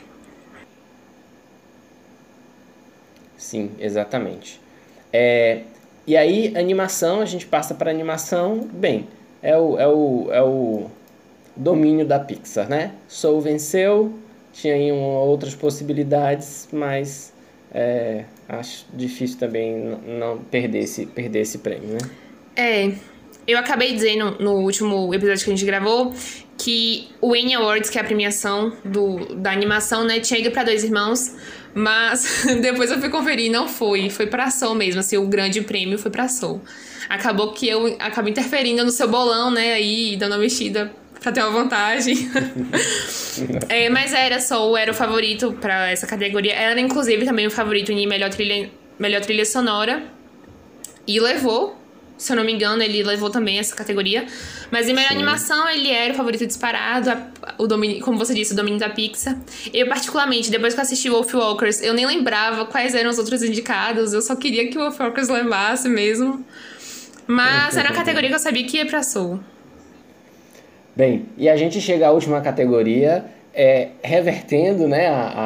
Sim, exatamente. E aí, animação, a gente passa para animação. Bem, é o domínio da Pixar, né? Soul venceu, tinha aí outras possibilidades, mas... acho difícil também não perder esse prêmio, né? Eu acabei dizendo no último episódio que a gente gravou que o Annie Awards, que é a premiação da animação, né, tinha ido pra Dois Irmãos, mas depois eu fui conferir e não foi pra Soul mesmo, assim, o grande prêmio foi pra Soul. Acabou que eu acabo interferindo no seu bolão, né, aí, dando uma mexida pra ter uma vantagem. Mas era o favorito pra essa categoria. Ela era, inclusive, também o favorito em melhor trilha sonora. E levou, se eu não me engano, ele levou também essa categoria. Mas em melhor animação, ele era o favorito disparado, como você disse, o domínio da Pixar. Eu, particularmente, depois que eu assisti Wolfwalkers, eu nem lembrava quais eram os outros indicados. Eu só queria que o Wolfwalkers levasse mesmo. Mas era uma categoria que eu sabia que ia pra Soul. Bem, e a gente chega à última categoria, revertendo, né,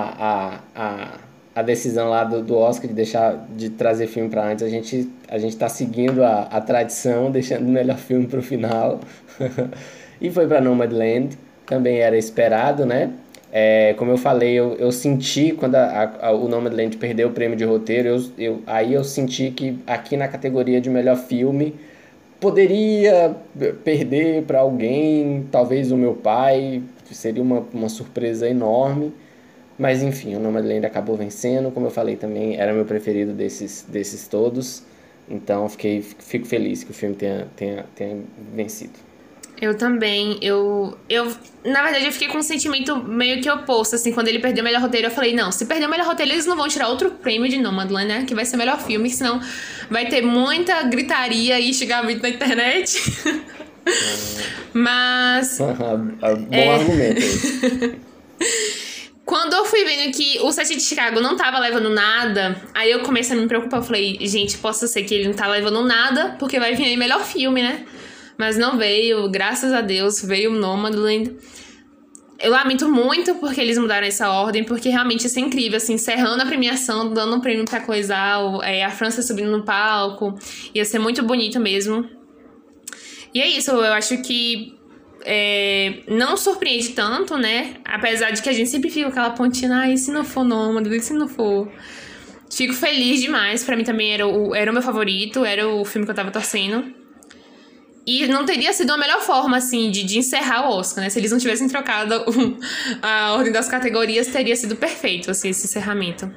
a decisão lá do Oscar de trazer filme para antes. A gente está seguindo a tradição, deixando o melhor filme para o final. E foi para Nomadland, também era esperado, né? Como eu falei, eu senti quando o Nomadland perdeu o prêmio de roteiro, aí eu senti que aqui na categoria de melhor filme poderia perder para alguém, talvez o meu pai, seria uma surpresa enorme. Mas enfim, o Nomadland acabou vencendo, como eu falei também, era meu preferido desses todos. Então fico feliz que o filme tenha vencido. Eu também, na verdade, eu fiquei com um sentimento meio que oposto, assim, quando ele perdeu o melhor roteiro, eu falei, não, se perder o melhor roteiro, eles não vão tirar outro prêmio de Nomadland, né, que vai ser o melhor filme, senão vai ter muita gritaria e xingamento na internet. Mas... Bom argumento. Quando eu fui vendo que o Sete de Chicago não tava levando nada, aí eu comecei a me preocupar. Eu falei, gente, possa ser que ele não tá levando nada, porque vai vir aí melhor filme, né? Mas não veio, graças a Deus, veio o Nomadland. Eu lamento muito porque eles mudaram essa ordem, porque realmente isso é incrível, assim, encerrando a premiação, dando um prêmio pra Cloizal, a França subindo no palco, ia ser muito bonito mesmo. E é isso, eu acho que não surpreende tanto, né? Apesar de que a gente sempre fica com aquela pontinha, e se não for Nomadland, se não for... Fico feliz demais, pra mim também era o meu favorito, era o filme que eu tava torcendo. E não teria sido a melhor forma, assim, de encerrar o Oscar, né? Se eles não tivessem trocado a ordem das categorias, teria sido perfeito, assim, esse encerramento.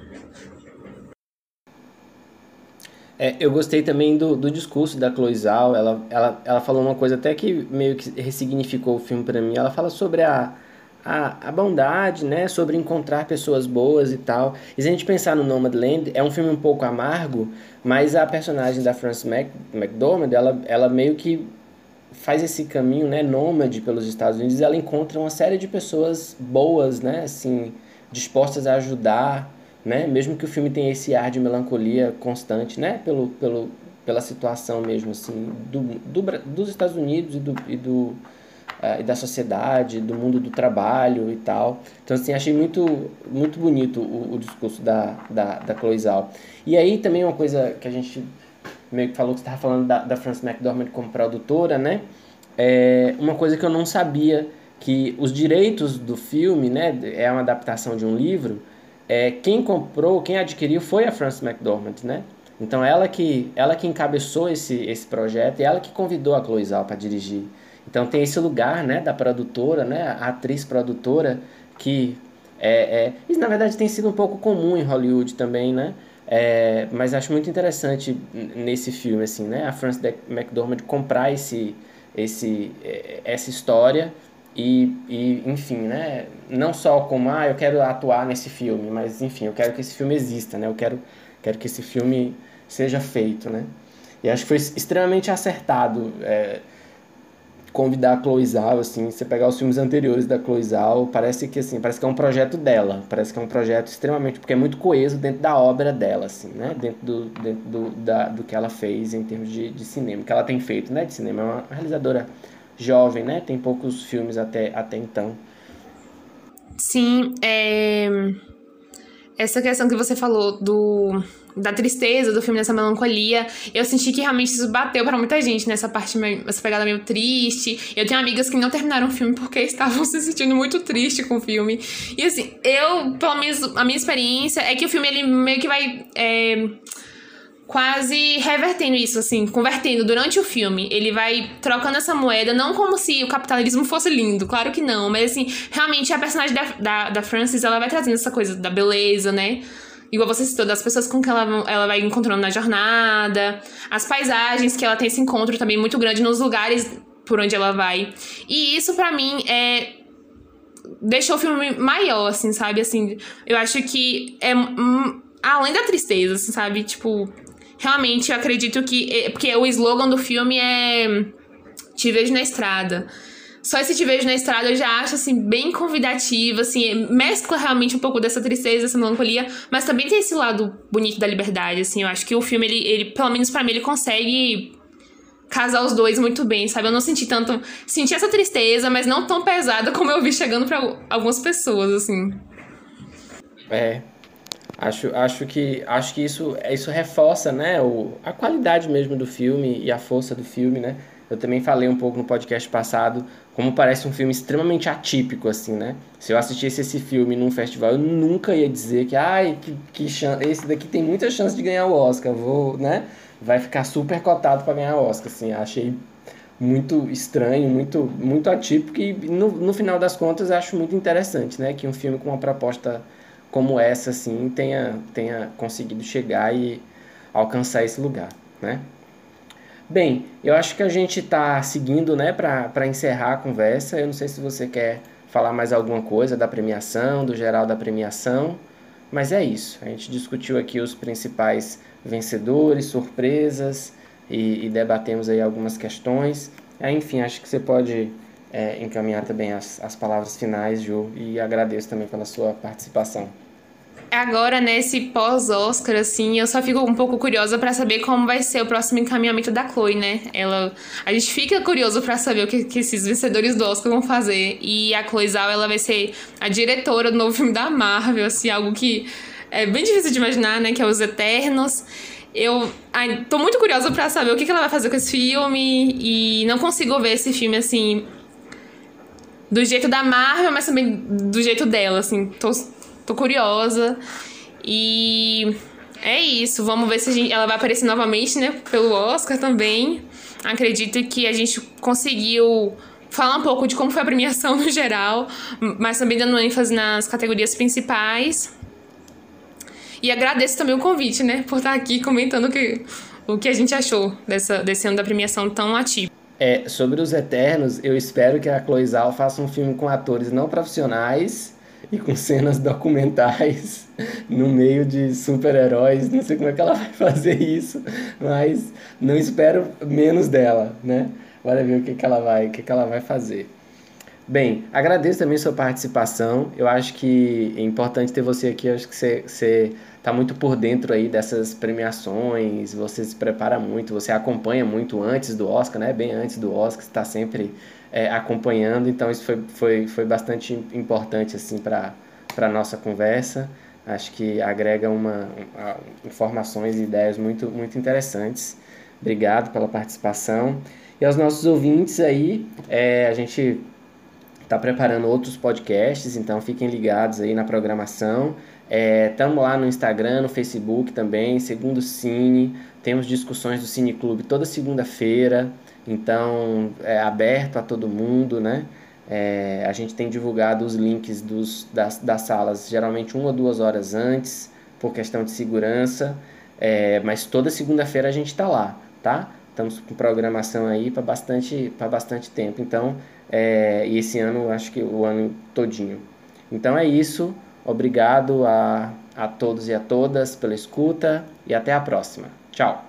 Eu gostei também do discurso da Cloizal. Ela falou uma coisa até que meio que ressignificou o filme pra mim. Ela fala sobre a bondade, né? Sobre encontrar pessoas boas e tal. E se a gente pensar no Nomadland, é um filme um pouco amargo, mas a personagem da Frances McDormand, ela meio que faz esse caminho, né, nômade pelos Estados Unidos. Ela encontra uma série de pessoas boas, né, assim, dispostas a ajudar, né, mesmo que o filme tenha esse ar de melancolia constante, né, pela situação mesmo, assim, dos Estados Unidos e da sociedade, do mundo do trabalho e tal. Então, assim, achei muito, muito bonito o discurso da Cloizal. E aí também uma coisa que a gente meio que falou, que você estava falando da Frances McDormand como produtora, né? Uma coisa que eu não sabia, que os direitos do filme, né, é uma adaptação de um livro, quem comprou, quem adquiriu foi a Frances McDormand, né? Então ela que encabeçou esse projeto e ela que convidou a Cloizal para dirigir. Então tem esse lugar, né, da produtora, né, a atriz produtora, que isso na verdade tem sido um pouco comum em Hollywood também, né? Mas acho muito interessante nesse filme, assim, né, a Frances McDormand comprar essa história e enfim, né, não só como, eu quero atuar nesse filme, mas enfim, eu quero que esse filme exista, né, eu quero que esse filme seja feito, né, e acho que foi extremamente acertado convidar a Cloizal, assim, você pegar os filmes anteriores da Cloizal, parece que é um projeto dela, parece que é um projeto extremamente, porque é muito coeso dentro da obra dela, assim, né, dentro do que ela fez em termos de cinema, que ela tem feito, né, de cinema. É uma realizadora jovem, né, tem poucos filmes até então. Sim, essa questão que você falou da tristeza do filme, dessa melancolia, eu senti que realmente isso bateu pra muita gente nessa parte, essa pegada meio triste. Eu tenho amigas que não terminaram o filme porque estavam se sentindo muito triste com o filme. E assim, pelo menos a minha experiência é que o filme, ele meio que vai quase revertendo isso, assim, convertendo durante o filme. Ele vai trocando essa moeda, não como se o capitalismo fosse lindo, claro que não, mas assim, realmente a personagem da Frances, ela vai trazendo essa coisa da beleza, né? Igual você citou, das pessoas com que ela vai encontrando na jornada, as paisagens, que ela tem esse encontro também muito grande nos lugares por onde ela vai. E isso, pra mim, deixou o filme maior, assim, sabe? Assim, eu acho que além da tristeza, assim, sabe? Tipo, realmente eu acredito que... Porque o slogan do filme é Te Vejo na Estrada. Só esse Te Vejo na Estrada eu já acho, assim, bem convidativo, assim, mescla realmente um pouco dessa tristeza, dessa melancolia, mas também tem esse lado bonito da liberdade, assim, eu acho que o filme, ele pelo menos pra mim, ele consegue casar os dois muito bem, sabe? Eu não senti essa tristeza, mas não tão pesada como eu vi chegando pra algumas pessoas, assim. Acho que isso reforça, né, a qualidade mesmo do filme e a força do filme, né? Eu também falei um pouco no podcast passado como parece um filme extremamente atípico, assim, né? Se eu assistisse esse filme num festival, eu nunca ia dizer que, esse daqui tem muita chance de ganhar o Oscar, né? Vai ficar super cotado para ganhar o Oscar, assim. Achei muito estranho, muito atípico e no final das contas acho muito interessante, né? Que um filme com uma proposta como essa, assim, tenha conseguido chegar e alcançar esse lugar, né? Bem, eu acho que a gente está seguindo, né, para encerrar a conversa. Eu não sei se você quer falar mais alguma coisa da premiação, do geral da premiação, mas é isso. A gente discutiu aqui os principais vencedores, surpresas e debatemos aí algumas questões. Enfim, acho que você pode encaminhar também as palavras finais, Ju, e agradeço também pela sua participação. Agora, nesse pós-Oscar, assim, eu só fico um pouco curiosa pra saber como vai ser o próximo encaminhamento da Chloe, né? A gente fica curioso pra saber o que esses vencedores do Oscar vão fazer. E a Chloe Zhao, ela vai ser a diretora do novo filme da Marvel, assim, algo que é bem difícil de imaginar, né? Que é Os Eternos. Eu tô muito curiosa pra saber o que ela vai fazer com esse filme e não consigo ver esse filme, assim, do jeito da Marvel, mas também do jeito dela, assim. Tô curiosa. E é isso. Vamos ver se ela vai aparecer novamente, né? Pelo Oscar também. Acredito que a gente conseguiu falar um pouco de como foi a premiação no geral, mas também dando ênfase nas categorias principais. E agradeço também o convite, né? Por estar aqui comentando o que a gente achou desse ano da premiação tão atípico. Sobre Os Eternos, eu espero que a Chloe Zhao faça um filme com atores não profissionais e com cenas documentais no meio de super-heróis. Não sei como é que ela vai fazer isso, mas não espero menos dela, né? Bora ver o que ela vai fazer. Bem, agradeço também sua participação. Eu acho que é importante ter você aqui. Eu acho que você está muito por dentro aí dessas premiações. Você se prepara muito, você acompanha muito antes do Oscar, né? Bem antes do Oscar, você está sempre acompanhando. Então isso foi bastante importante assim para a nossa conversa. Acho que agrega informações e ideias muito interessantes. Obrigado pela participação. E aos nossos ouvintes aí, a gente está preparando outros podcasts, então fiquem ligados aí na programação. Estamos lá no Instagram, no Facebook também, Segundo Cine. Temos discussões do Cine Clube toda segunda-feira, então é aberto a todo mundo, né? A gente tem divulgado os links das salas geralmente 1 ou 2 horas antes, por questão de segurança, mas toda segunda-feira a gente está lá, tá? Estamos com programação aí para bastante tempo, então, e esse ano, acho que o ano todinho. Então é isso, obrigado a todos e a todas pela escuta e até a próxima. Tchau!